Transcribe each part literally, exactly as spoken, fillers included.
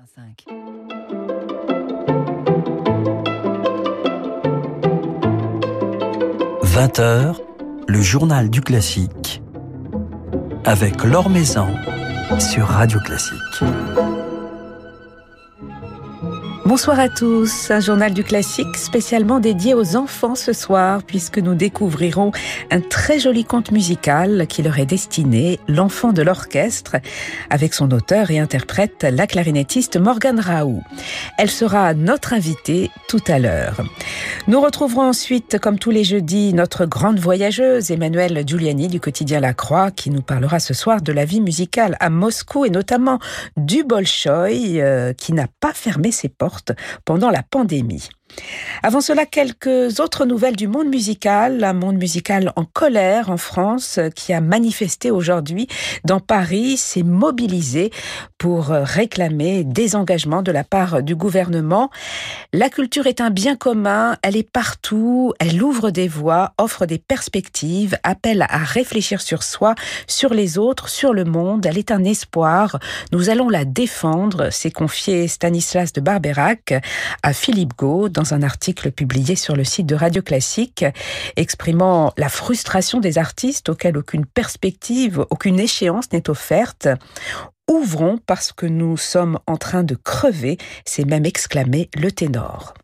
quatre-vingt-cinq. vingt heures, le journal du classique avec Laure Maison sur Radio Classique. Bonsoir à tous, un journal du classique spécialement dédié aux enfants ce soir, puisque nous découvrirons un très joli conte musical qui leur est destiné, L'enfant de l'orchestre, avec son auteur et interprète, la clarinettiste Morgane Raoult. Elle sera notre invitée tout à l'heure. Nous retrouverons ensuite, comme tous les jeudis, notre grande voyageuse, Emmanuelle Giuliani du quotidien La Croix, qui nous parlera ce soir de la vie musicale à Moscou et notamment du Bolchoï, euh, qui n'a pas fermé ses portes pendant la pandémie. Avant cela, quelques autres nouvelles du monde musical, un monde musical en colère en France qui a manifesté aujourd'hui dans Paris, s'est mobilisé pour réclamer des engagements de la part du gouvernement. La culture est un bien commun, elle est partout, elle ouvre des voies, offre des perspectives, appelle à réfléchir sur soi, sur les autres, sur le monde, elle est un espoir. Nous allons la défendre, s'est confié Stanislas de Barbeyrac à Philippe Gau dans un article publié sur le site de Radio Classique, exprimant la frustration des artistes auxquels aucune perspective, aucune échéance n'est offerte. Ouvrons parce que nous sommes en train de crever, s'est même exclamé le ténor.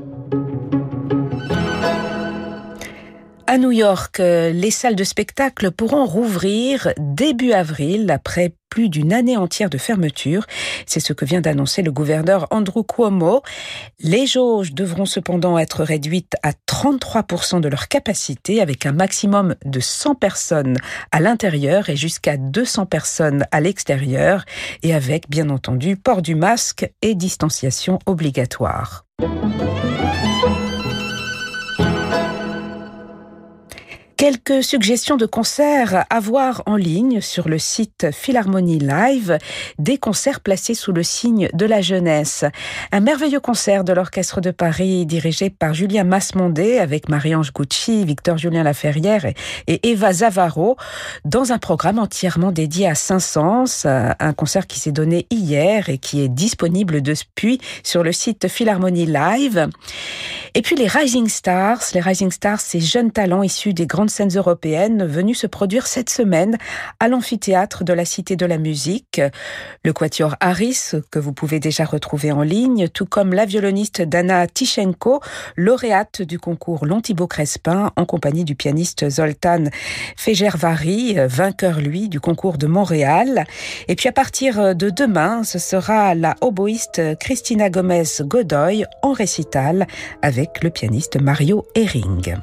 À New York, les salles de spectacle pourront rouvrir début avril après plus d'une année entière de fermeture. C'est ce que vient d'annoncer le gouverneur Andrew Cuomo. Les jauges devront cependant être réduites à trente-trois pour cent de leur capacité, avec un maximum de cent personnes à l'intérieur et jusqu'à deux cents personnes à l'extérieur, et avec, bien entendu, port du masque et distanciation obligatoire. Quelques suggestions de concerts à voir en ligne sur le site Philharmonie Live, des concerts placés sous le signe de la jeunesse. Un merveilleux concert de l'Orchestre de Paris dirigé par Julien Masmondé avec Marie-Ange Gucci, Victor-Julien Laferrière et, et Eva Zavaro dans un programme entièrement dédié à Saint-Saëns, un concert qui s'est donné hier et qui est disponible depuis sur le site Philharmonie Live. Et puis les Rising Stars, les Rising Stars, ces jeunes talents issus des grandes scènes européennes venus se produire cette semaine à l'amphithéâtre de la Cité de la Musique. Le quatuor Harris, que vous pouvez déjà retrouver en ligne, tout comme la violoniste Dana Tichenko, lauréate du concours Long Thibaut Crespin, en compagnie du pianiste Zoltán Feherváry, vainqueur lui du concours de Montréal. Et puis à partir de demain, ce sera la oboïste Christina Gomez Godoy en récital avec le pianiste Mario Herring.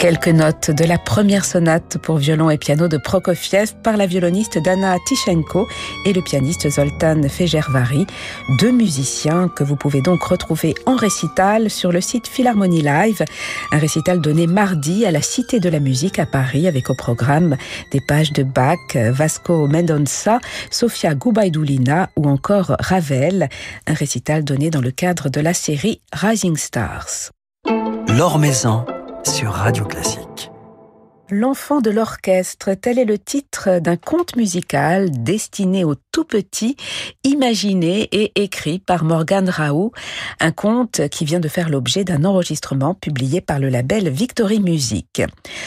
Quelques notes de la première sonate pour violon et piano de Prokofiev par la violoniste Dana Tichenko et le pianiste Zoltan Fejervari, deux musiciens que vous pouvez donc retrouver en récital sur le site Philharmonie Live, un récital donné mardi à la Cité de la Musique à Paris avec au programme des pages de Bach, Vasco Mendonça, Sofia Gubaidulina ou encore Ravel, un récital donné dans le cadre de la série Rising Stars. Laure Maison sur Radio Classique. L'enfant de l'orchestre, tel est le titre d'un conte musical destiné aux tout-petits, imaginé et écrit par Morgan Raoult, un conte qui vient de faire l'objet d'un enregistrement publié par le label Victory Music.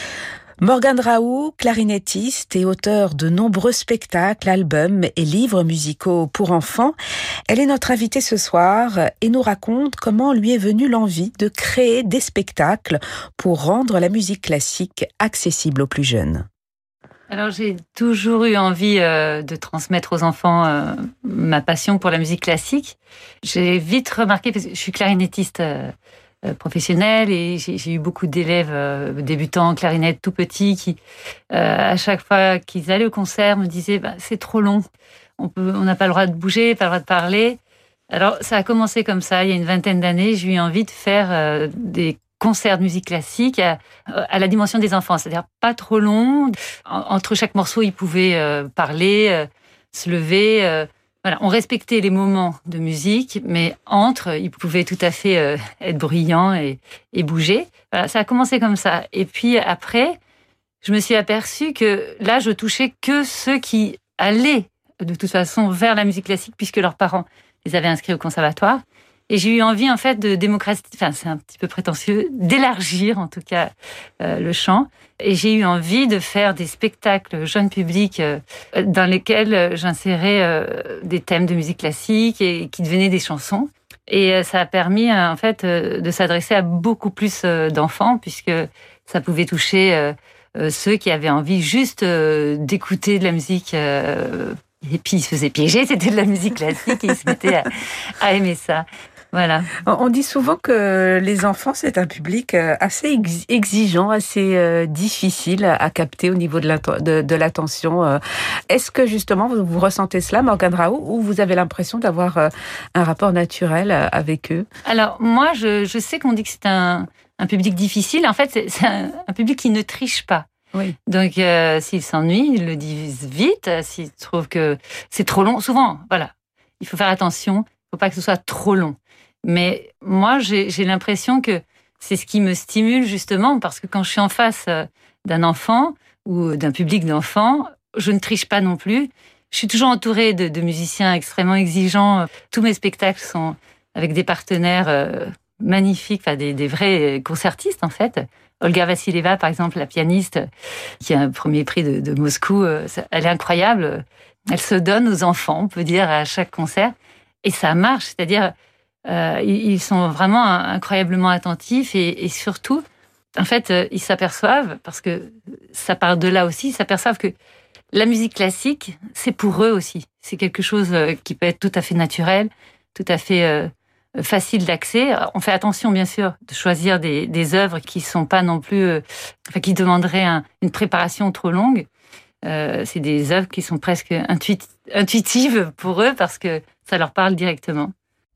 Morgan Raoult, clarinettiste et auteur de nombreux spectacles, albums et livres musicaux pour enfants, elle est notre invitée ce soir et nous raconte comment lui est venue l'envie de créer des spectacles pour rendre la musique classique accessible aux plus jeunes. Alors j'ai toujours eu envie euh, de transmettre aux enfants euh, ma passion pour la musique classique. J'ai vite remarqué, parce que je suis clarinettiste euh, professionnelle et j'ai, j'ai eu beaucoup d'élèves euh, débutants en clarinette tout petits qui, euh, à chaque fois qu'ils allaient au concert, me disaient bah, « c'est trop long, on peut, on n'a pas le droit de bouger, pas le droit de parler ». Alors ça a commencé comme ça, il y a une vingtaine d'années, j'ai eu envie de faire euh, des concerts de musique classique à, à la dimension des enfants, c'est-à-dire pas trop long. En, entre chaque morceau, ils pouvaient euh, parler, euh, se lever. Euh, voilà, on respectait les moments de musique, mais entre, ils pouvaient tout à fait euh, être bruyants et, et bouger. Voilà, ça a commencé comme ça. Et puis après, je me suis aperçue que là, je touchais que ceux qui allaient de toute façon vers la musique classique, puisque leurs parents les avaient inscrits au conservatoire. Et j'ai eu envie, en fait, de démocratiser, enfin, c'est un petit peu prétentieux, d'élargir, en tout cas, euh, le chant. Et j'ai eu envie de faire des spectacles jeunes publics euh, dans lesquels j'insérais euh, des thèmes de musique classique et qui devenaient des chansons. Et euh, ça a permis, euh, en fait, euh, de s'adresser à beaucoup plus euh, d'enfants, puisque ça pouvait toucher euh, euh, ceux qui avaient envie juste euh, d'écouter de la musique euh, et puis ils se faisaient piéger, c'était de la musique classique et ils se mettaient à, à aimer ça. Voilà. On dit souvent que les enfants, c'est un public assez exigeant, assez difficile à capter au niveau de, de, de l'attention. Est-ce que justement vous, vous ressentez cela, Morgan Raoult, ou vous avez l'impression d'avoir un rapport naturel avec eux? Alors moi, je, je sais qu'on dit que c'est un, un public difficile. En fait, c'est, c'est un, un public qui ne triche pas. Oui. Donc, euh, s'ils s'ennuient, ils le disent vite. S'ils trouvent que c'est trop long, souvent, voilà, il faut faire attention. Il ne faut pas que ce soit trop long. Mais moi, j'ai, j'ai l'impression que c'est ce qui me stimule justement, parce que quand je suis en face d'un enfant ou d'un public d'enfants, je ne triche pas non plus. Je suis toujours entourée de, de musiciens extrêmement exigeants. Tous mes spectacles sont avec des partenaires euh, magnifiques, enfin des, des vrais concertistes en fait. Olga Vassileva, par exemple, la pianiste, qui a un premier prix de, de Moscou, elle est incroyable. Elle se donne aux enfants, on peut dire, à chaque concert. Et ça marche, c'est-à-dire, euh, ils sont vraiment incroyablement attentifs et, et surtout, en fait, ils s'aperçoivent, parce que ça part de là aussi, ils s'aperçoivent que la musique classique, c'est pour eux aussi. C'est quelque chose qui peut être tout à fait naturel, tout à fait euh, facile d'accès. On fait attention, bien sûr, de choisir des, des œuvres qui sont pas non plus, euh, enfin, qui demanderaient un, une préparation trop longue. Euh, c'est des œuvres qui sont presque intuit- intuitives pour eux parce que ça leur parle directement.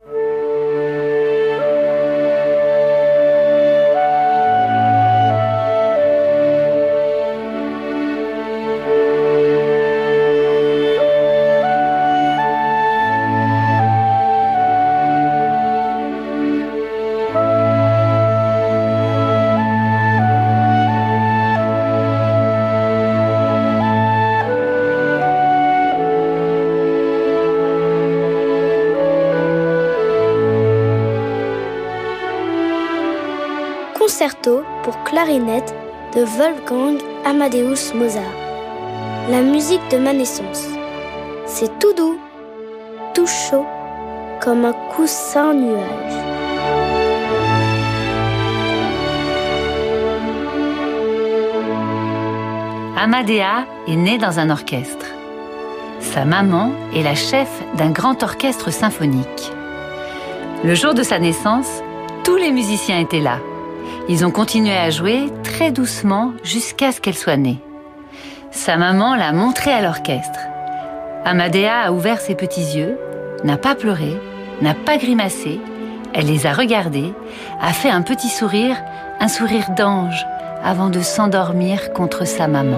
Concerto pour clarinette de Wolfgang Amadeus Mozart. La musique de ma naissance. C'est tout doux, tout chaud, comme un coussin nuage. Amadea est née dans un orchestre. Sa maman est la chef d'un grand orchestre symphonique. Le jour de sa naissance, tous les musiciens étaient là. Ils ont continué à jouer très doucement jusqu'à ce qu'elle soit née. Sa maman l'a montrée à l'orchestre. Amadea a ouvert ses petits yeux, n'a pas pleuré, n'a pas grimacé. Elle les a regardés, a fait un petit sourire, un sourire d'ange, avant de s'endormir contre sa maman.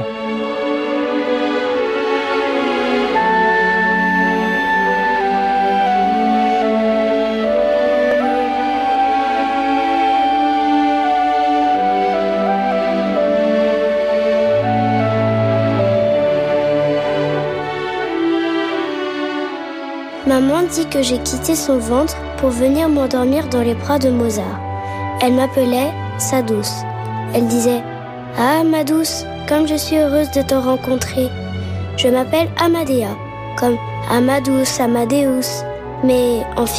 Maman dit que j'ai quitté son ventre pour venir m'endormir dans les bras de Mozart. Elle m'appelait sa douce. Elle disait « Ah, ma douce, comme je suis heureuse de te rencontrer. Je m'appelle Amadea, comme Amadeus, Amadeus, mais en fille. »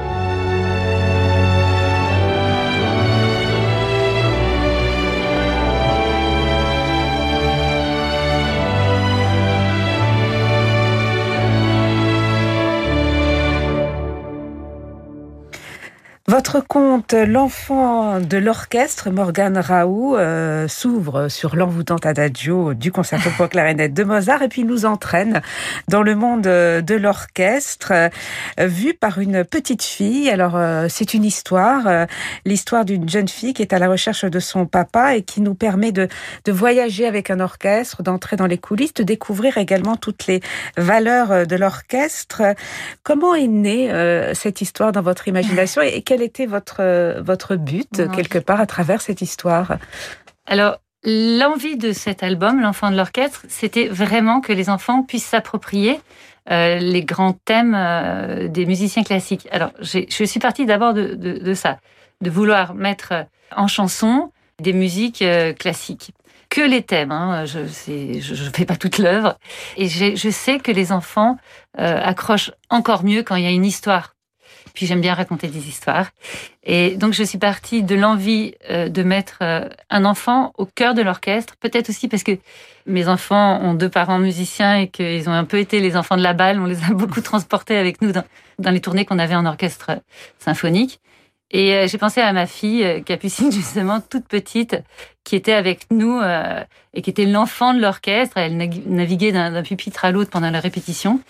Votre conte « L'enfant de l'orchestre », Morgane Raoult, euh, s'ouvre sur l'envoûtant adagio du concerto pour clarinette de Mozart et puis nous entraîne dans le monde de l'orchestre, euh, vu par une petite fille. Alors, euh, c'est une histoire, euh, l'histoire d'une jeune fille qui est à la recherche de son papa et qui nous permet de, de voyager avec un orchestre, d'entrer dans les coulisses, de découvrir également toutes les valeurs de l'orchestre. Comment est née euh, cette histoire dans votre imagination et, et quel était votre, votre but, non, quelque part, à travers cette histoire? Alors, l'envie de cet album, L'enfant de l'orchestre, c'était vraiment que les enfants puissent s'approprier euh, les grands thèmes euh, des musiciens classiques. Alors, j'ai, je suis partie d'abord de, de, de ça, de vouloir mettre en chanson des musiques euh, classiques. Que les thèmes, hein, je ne je, je fais pas toute l'œuvre. Et j'ai, je sais que les enfants euh, accrochent encore mieux quand il y a une histoire. Puis j'aime bien raconter des histoires. Et donc je suis partie de l'envie euh, de mettre euh, un enfant au cœur de l'orchestre. Peut-être aussi parce que mes enfants ont deux parents musiciens et qu'ils ont un peu été les enfants de la balle. On les a beaucoup transportés avec nous dans, dans les tournées qu'on avait en orchestre symphonique. Et euh, j'ai pensé à ma fille, euh, Capucine, justement, toute petite, qui était avec nous euh, et qui était l'enfant de l'orchestre. Elle naviguait d'un, d'un pupitre à l'autre pendant la répétition.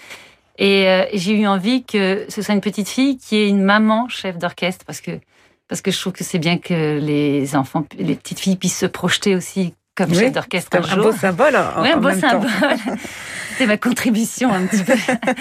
Et euh, j'ai eu envie que ce soit une petite fille qui ait une maman chef d'orchestre, parce que parce que je trouve que c'est bien que les enfants, les petites filles puissent se projeter aussi comme oui, chef d'orchestre un, un jour. Un beau symbole. En, oui, un en beau même symbole. Temps. C'était ma contribution un petit peu.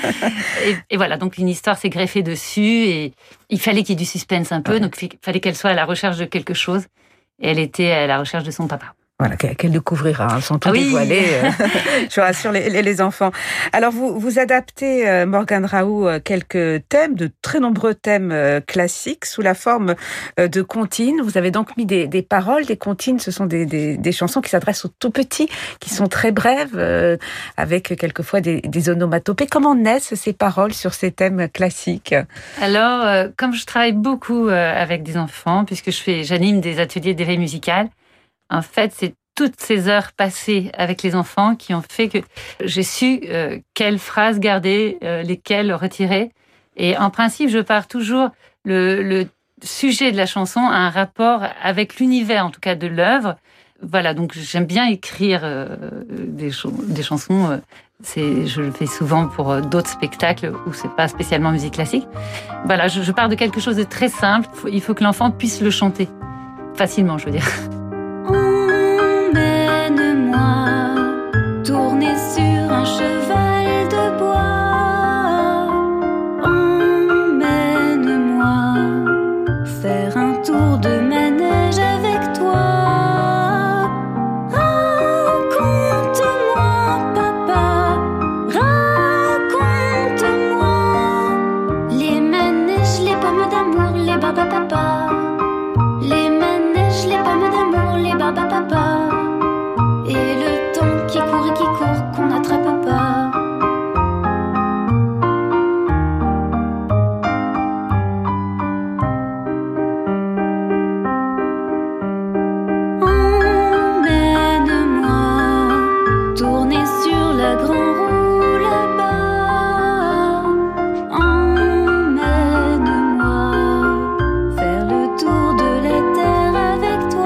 et, et voilà, donc une histoire s'est greffée dessus et il fallait qu'il y ait du suspense un peu, ouais. Donc il fallait qu'elle soit à la recherche de quelque chose. Et elle était à la recherche de son papa. Voilà, qu'elle découvrira, hein, sans tout ah oui. dévoiler, euh, je rassure les, les, les enfants. Alors, vous, vous adaptez, euh, Morgane Raoult, quelques thèmes, de très nombreux thèmes euh, classiques, sous la forme euh, de comptines. Vous avez donc mis des, des paroles. Des comptines, ce sont des, des, des chansons qui s'adressent aux tout petits, qui sont très brèves, euh, avec quelquefois des, des onomatopées. Comment naissent ces paroles sur ces thèmes classiques? Alors, euh, comme je travaille beaucoup euh, avec des enfants, puisque je fais, j'anime des ateliers d'éveil musical, en fait, c'est toutes ces heures passées avec les enfants qui ont fait que j'ai su euh, quelles phrases garder, euh, lesquelles retirer. Et en principe, je pars toujours, le, le sujet de la chanson a un rapport avec l'univers, en tout cas de l'œuvre. Voilà, donc j'aime bien écrire euh, des, ch- des chansons. Euh, c'est, je le fais souvent pour euh, d'autres spectacles où c'est pas spécialement musique classique. Voilà, je, je pars de quelque chose de très simple. Il faut que l'enfant puisse le chanter facilement, je veux dire. Emmène-moi tourner sur un cheval de bois. Emmène-moi faire un tour de manège avec toi. Raconte-moi, papa, raconte-moi les manèges, les pommes d'amour, les baba papa. Les manèges, les pommes d'amour, les baba papa. Et le temps qui court et qui court qu'on n'attrape pas. Emmène-moi tourner sur la grande roue là-bas. Emmène-moi faire le tour de la terre avec toi.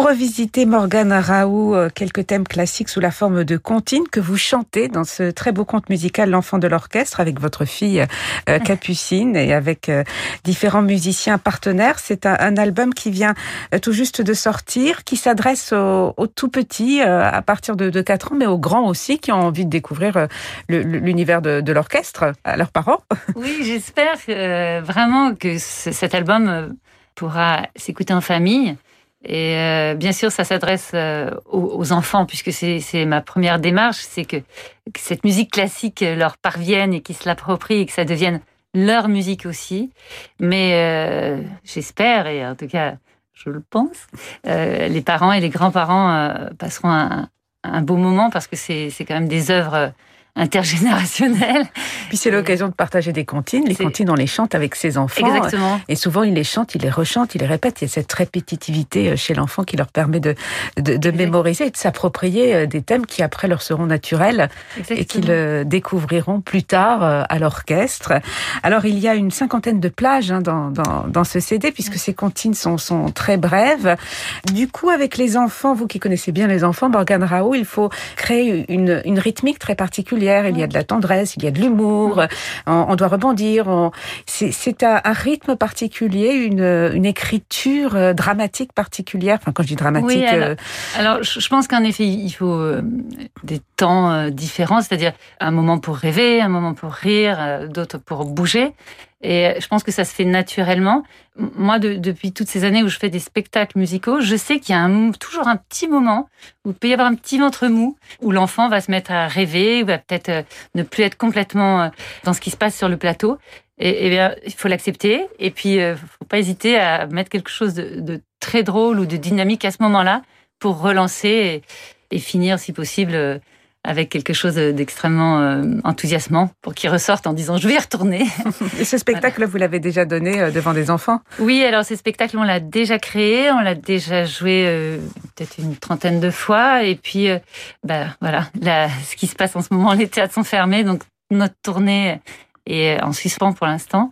revisitez, Morgane Raoult, quelques thèmes classiques sous la forme de comptines que vous chantez dans ce très beau conte musical L'Enfant de l'Orchestre avec votre fille euh, Capucine et avec euh, différents musiciens partenaires. C'est un, un album qui vient euh, tout juste de sortir, qui s'adresse aux, aux tout petits euh, à partir de, de quatre ans, mais aux grands aussi qui ont envie de découvrir euh, le, l'univers de, de l'orchestre à leurs parents. Oui, j'espère euh, vraiment que c- cet album euh, pourra s'écouter en famille. Et euh, bien sûr, ça s'adresse euh, aux, aux enfants, puisque c'est, c'est ma première démarche, c'est que, que cette musique classique leur parvienne et qu'ils se l'approprient et que ça devienne leur musique aussi. Mais euh, j'espère, et en tout cas, je le pense, euh, les parents et les grands-parents euh, passeront un, un beau moment parce que c'est, c'est quand même des œuvres intergénérationnel. Puis c'est l'occasion de partager des comptines. Les c'est... comptines, on les chante avec ses enfants. Exactement. Et souvent, ils les chantent, ils les rechantent, ils les répètent. Il y a cette répétitivité chez l'enfant qui leur permet de, de, de mémoriser et de s'approprier des thèmes qui après leur seront naturels. Exactement. Et qu'ils découvriront plus tard à l'orchestre. Alors, il y a une cinquantaine de plages hein, dans, dans, dans ce C D, puisque ces comptines sont, sont très brèves. Du coup, avec les enfants, vous qui connaissez bien les enfants, Morgane Raoult, il faut créer une, une rythmique très particulière. Il y a de la tendresse, il y a de l'humour, on, on doit rebondir. On... C'est, c'est un, un rythme particulier, une, une écriture dramatique particulière. Enfin, quand je dis dramatique... Oui, alors, euh... alors je pense qu'en effet, il faut euh, des temps euh, différents, c'est-à-dire un moment pour rêver, un moment pour rire, euh, d'autres pour bouger. Et je pense que ça se fait naturellement. Moi, de, depuis toutes ces années où je fais des spectacles musicaux, je sais qu'il y a un, toujours un petit moment où il peut y avoir un petit ventre mou, où l'enfant va se mettre à rêver, ou va peut-être euh, ne plus être complètement euh, dans ce qui se passe sur le plateau. Et, et bien, il faut l'accepter. Et puis, il euh, ne faut pas hésiter à mettre quelque chose de, de très drôle ou de dynamique à ce moment-là pour relancer et, et finir, si possible, euh, avec quelque chose d'extrêmement euh, enthousiasmant pour qu'ils ressortent en disant « je vais y retourner ». Et ce spectacle, voilà. Vous l'avez déjà donné euh, devant des enfants ? Oui, alors ce spectacle, on l'a déjà créé, on l'a déjà joué euh, peut-être une trentaine de fois. Et puis, euh, bah, voilà, là, ce qui se passe en ce moment, les théâtres sont fermés, donc notre tournée est en suspens pour l'instant.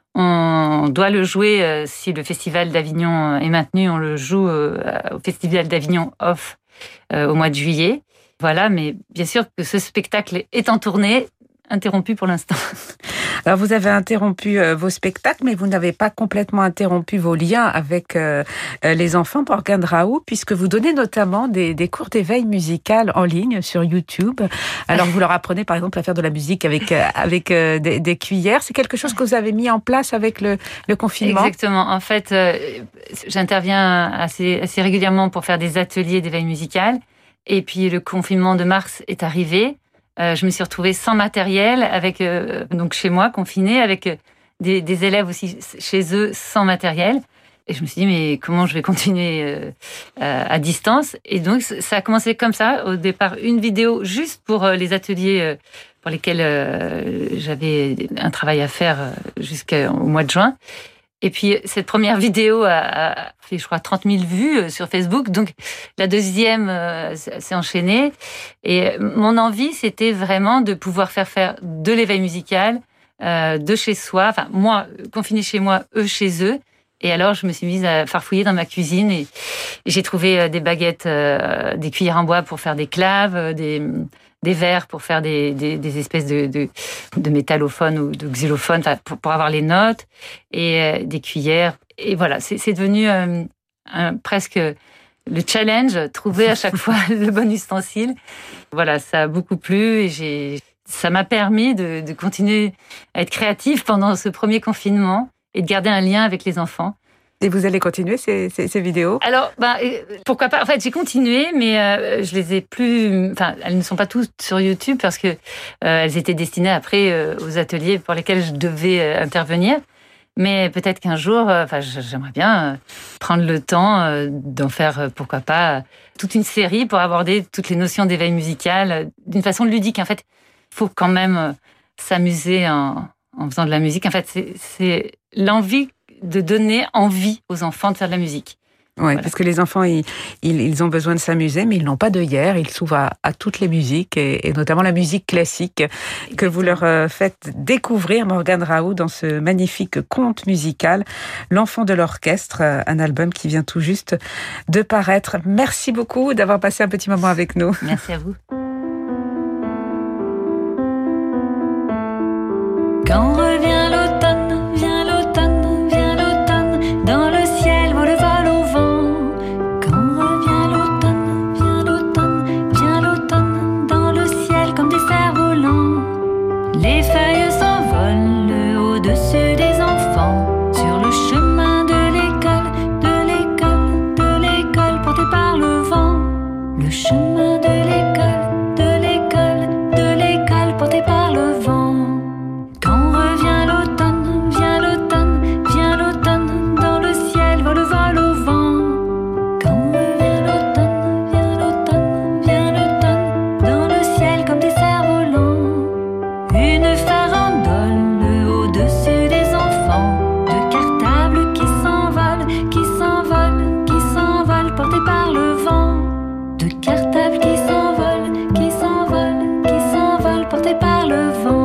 On doit le jouer, euh, si le Festival d'Avignon est maintenu, on le joue euh, au Festival d'Avignon Off euh, au mois de juillet. Voilà, mais bien sûr que ce spectacle est en tournée, interrompu pour l'instant. Alors, vous avez interrompu euh, vos spectacles, mais vous n'avez pas complètement interrompu vos liens avec euh, les enfants, Morgane Raoult, puisque vous donnez notamment des, des cours d'éveil musical en ligne sur YouTube. Alors, vous leur apprenez, par exemple, à faire de la musique avec, euh, avec euh, des, des cuillères. C'est quelque chose que vous avez mis en place avec le, le confinement ? Exactement. En fait, euh, j'interviens assez, assez régulièrement pour faire des ateliers d'éveil musical. Et puis le confinement de mars est arrivé. Euh, je me suis retrouvée sans matériel, avec euh, donc chez moi confinée, avec euh, des, des élèves aussi chez eux sans matériel. Et je me suis dit mais comment je vais continuer euh, à distance ? Et donc ça a commencé comme ça. Au départ, une vidéo juste pour euh, les ateliers euh, pour lesquels euh, j'avais un travail à faire euh, jusqu'au mois de juin. Et puis, cette première vidéo a, a fait, je crois, trente mille vues sur Facebook. Donc, la deuxième euh, s'est enchaînée. Et mon envie, c'était vraiment de pouvoir faire faire de l'éveil musical euh, de chez soi. Enfin, moi, confinée chez moi, eux chez eux. Et alors, je me suis mise à farfouiller dans ma cuisine et, et j'ai trouvé des baguettes, euh, des cuillères en bois pour faire des claves, des... des verres pour faire des, des, des espèces de, de, de métallophones ou de xylophones, pour, pour avoir les notes, et euh, des cuillères. Et voilà, c'est, c'est devenu euh, un, presque le challenge, trouver à chaque fois le bon ustensile. Voilà, ça a beaucoup plu et j'ai, ça m'a permis de, de continuer à être créative pendant ce premier confinement et de garder un lien avec les enfants. Et vous allez continuer ces, ces, ces vidéos ? Alors, bah, pourquoi pas ? En fait, j'ai continué, mais euh, je les ai plus... Enfin, elles ne sont pas toutes sur YouTube parce que euh, elles étaient destinées après euh, aux ateliers pour lesquels je devais euh, intervenir. Mais peut-être qu'un jour, euh, enfin, j'aimerais bien euh, prendre le temps euh, d'en faire, euh, pourquoi pas, euh, toute une série pour aborder toutes les notions d'éveil musical euh, d'une façon ludique. En fait, il faut quand même euh, s'amuser en, en faisant de la musique. En fait, c'est, c'est l'envie de donner envie aux enfants de faire de la musique. Oui, voilà. Parce que les enfants, ils, ils, ils ont besoin de s'amuser, mais ils n'ont pas d'œillère. Ils s'ouvrent à, à toutes les musiques, et, et notamment la musique classique Exactement. Que vous leur euh, faites découvrir, Morgane Raoult, dans ce magnifique conte musical, L'Enfant de l'Orchestre, un album qui vient tout juste de paraître. Merci beaucoup d'avoir passé un petit moment avec nous. Merci à vous. Quand revient l'automne, vient l'automne, vient l'automne, dans le ciel vole le vol au vent. Quand revient l'automne, vient l'automne, vient l'automne, dans le ciel comme des cerfs-volants. Les feuilles s'envolent au-dessus des enfants, sur le chemin de l'école, de l'école, de l'école, porté par le vent. Le chemin de l'école, de l'école, de l'école, porté par le vent. Quand revient l'automne, vient l'automne, vient l'automne, dans le ciel vole le vol au vent. Quand revient l'automne, vient l'automne, vient l'automne, dans le ciel comme des cerfs-volants. Une farandole au-dessus des enfants, de cartables qui s'envolent, qui s'envolent, qui s'envolent, portés par le vent. De cartables qui s'envolent, qui s'envolent, qui s'envolent, portés par le vent.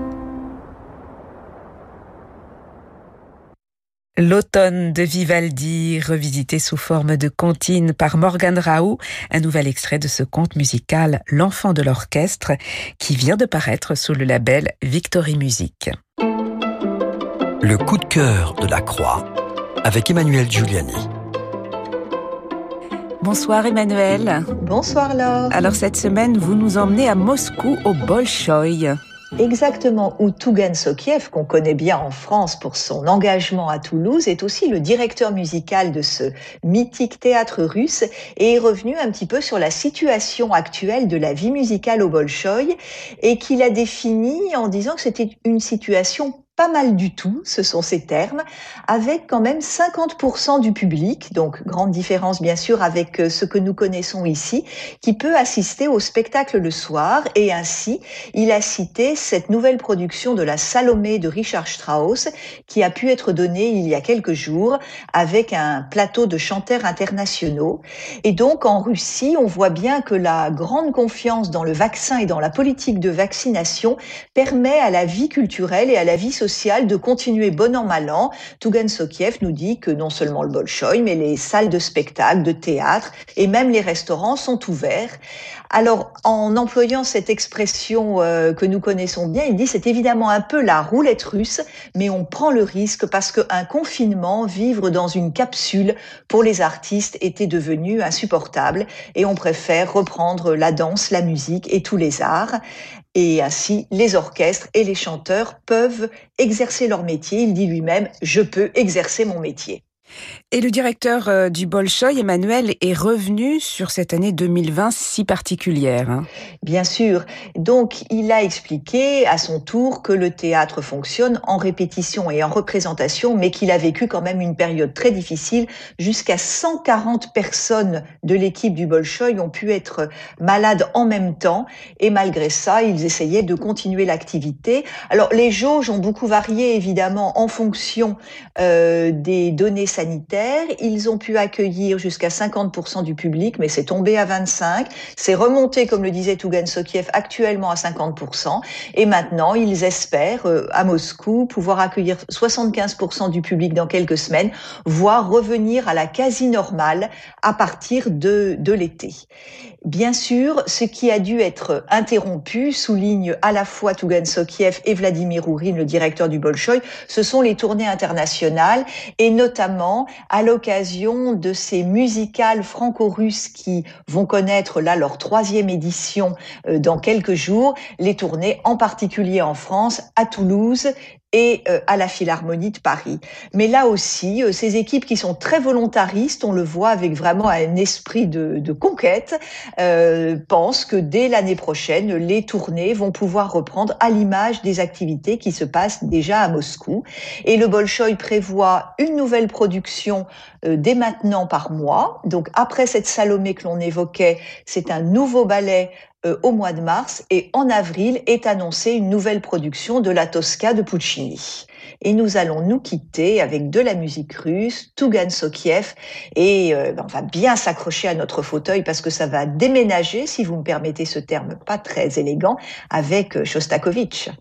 L'automne de Vivaldi, revisité sous forme de comptine par Morgane Raoult, un nouvel extrait de ce conte musical L'Enfant de l'Orchestre, qui vient de paraître sous le label Victory Music. Le coup de cœur de la Croix, avec Emmanuelle Giuliani. Bonsoir Emmanuelle. Bonsoir Laure. Alors cette semaine, vous nous emmenez à Moscou au Bolchoï. Exactement, où Tougan Sokiev, qu'on connaît bien en France pour son engagement à Toulouse, est aussi le directeur musical de ce mythique théâtre russe et est revenu un petit peu sur la situation actuelle de la vie musicale au Bolchoï et qu'il a défini en disant que c'était une situation pas mal du tout, ce sont ces termes, avec quand même cinquante pour cent du public, donc grande différence bien sûr avec ce que nous connaissons ici, qui peut assister au spectacle le soir, et ainsi il a cité cette nouvelle production de la Salomé de Richard Strauss, qui a pu être donnée il y a quelques jours, avec un plateau de chanteurs internationaux. Et donc en Russie, on voit bien que la grande confiance dans le vaccin et dans la politique de vaccination permet à la vie culturelle et à la vie sociale de continuer bon an mal an. Tougan Sokiev nous dit que non seulement le Bolchoï, mais les salles de spectacle, de théâtre et même les restaurants sont ouverts. Alors, en employant cette expression euh, que nous connaissons bien, il dit c'est évidemment un peu la roulette russe, mais on prend le risque parce qu'un confinement, vivre dans une capsule pour les artistes était devenu insupportable et on préfère reprendre la danse, la musique et tous les arts. Et ainsi, les orchestres et les chanteurs peuvent exercer leur métier. Il dit lui-même « Je peux exercer mon métier ». Et le directeur du Bolchoï, Emmanuel, est revenu sur cette année deux mille vingt si particulière. Hein. Bien sûr. Donc, il a expliqué à son tour que le théâtre fonctionne en répétition et en représentation, mais qu'il a vécu quand même une période très difficile. Jusqu'à cent quarante personnes de l'équipe du Bolchoï ont pu être malades en même temps. Et malgré ça, ils essayaient de continuer l'activité. Alors, les jauges ont beaucoup varié, évidemment, en fonction euh, des données sanitaires. Ils ont pu accueillir jusqu'à cinquante pour cent du public, mais c'est tombé à vingt-cinq. C'est remonté, comme le disait Tougan Sokiev, actuellement à cinquante pour cent. Et maintenant, ils espèrent, euh, à Moscou, pouvoir accueillir soixante-quinze pour cent du public dans quelques semaines, voire revenir à la quasi-normale à partir de, de l'été. Bien sûr, ce qui a dû être interrompu, souligne à la fois Tougan Sokiev et Vladimir Ourine, le directeur du Bolchoï, ce sont les tournées internationales et notamment à l'occasion de ces musicales franco-russes qui vont connaître là leur troisième édition dans quelques jours, les tournées en particulier en France, à Toulouse et euh, à la Philharmonie de Paris. Mais là aussi, euh, ces équipes qui sont très volontaristes, on le voit avec vraiment un esprit de, de conquête, euh, pensent que dès l'année prochaine, les tournées vont pouvoir reprendre à l'image des activités qui se passent déjà à Moscou. Et le Bolchoï prévoit une nouvelle production euh, dès maintenant par mois. Donc après cette Salomé que l'on évoquait, c'est un nouveau ballet Euh, au mois de mars, et en avril est annoncée une nouvelle production de la Tosca de Puccini. et nous allons nous quitter avec de la musique russe, Tougan Sokiev, et euh, on va bien s'accrocher à notre fauteuil parce que ça va déménager, si vous me permettez ce terme pas très élégant, avec Shostakovich.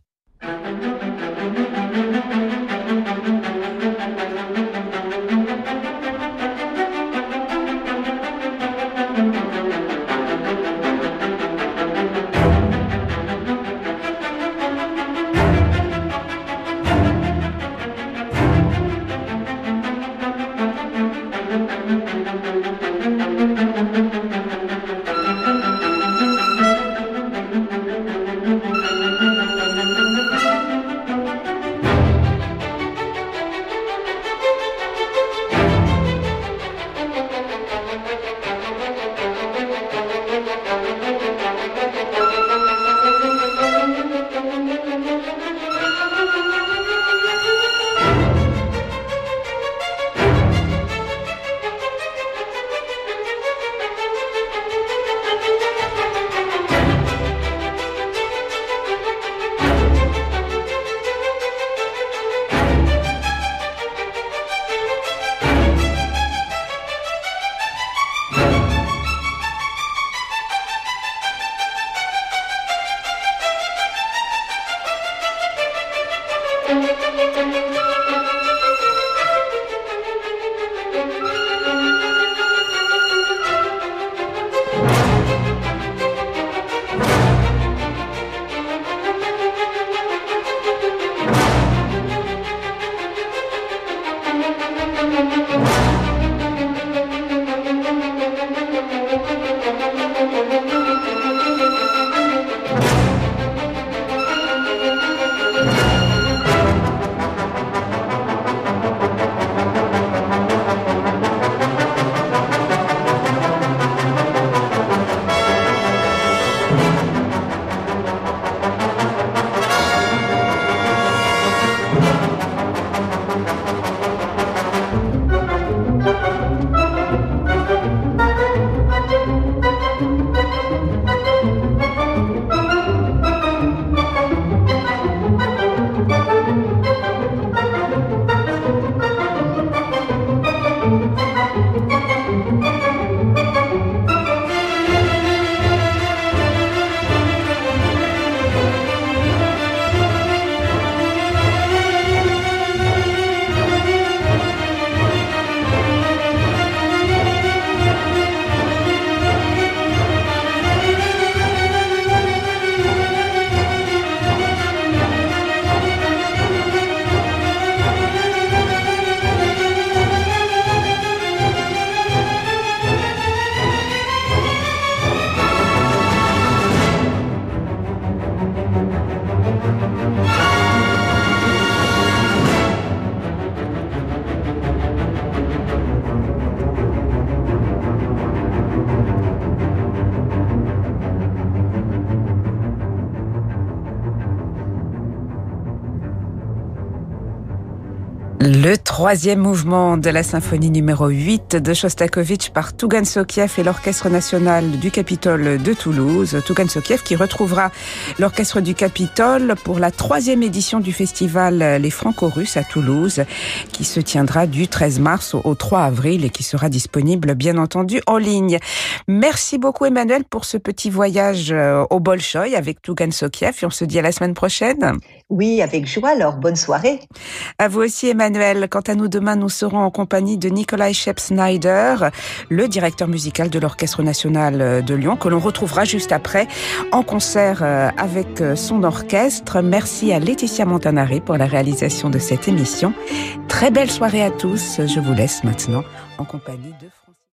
Le troisième mouvement de la symphonie numéro huit de Shostakovich par Tougan Sokiev et l'Orchestre national du Capitole de Toulouse. Tougan Sokiev qui retrouvera l'Orchestre du Capitole pour la troisième édition du festival Les Franco-Russes à Toulouse, qui se tiendra du treize mars au trois avril et qui sera disponible bien entendu en ligne. Merci beaucoup Emmanuel pour ce petit voyage au Bolchoï avec Tougan Sokiev et on se dit à la semaine prochaine. Oui, avec joie, alors bonne soirée. À vous aussi Emmanuel. Quant à nous, demain, nous serons en compagnie de Nikolai Shep-Snyder, le directeur musical de l'Orchestre national de Lyon, que l'on retrouvera juste après en concert avec son orchestre. Merci à Laetitia Montanari pour la réalisation de cette émission. Très belle soirée à tous. Je vous laisse maintenant en compagnie de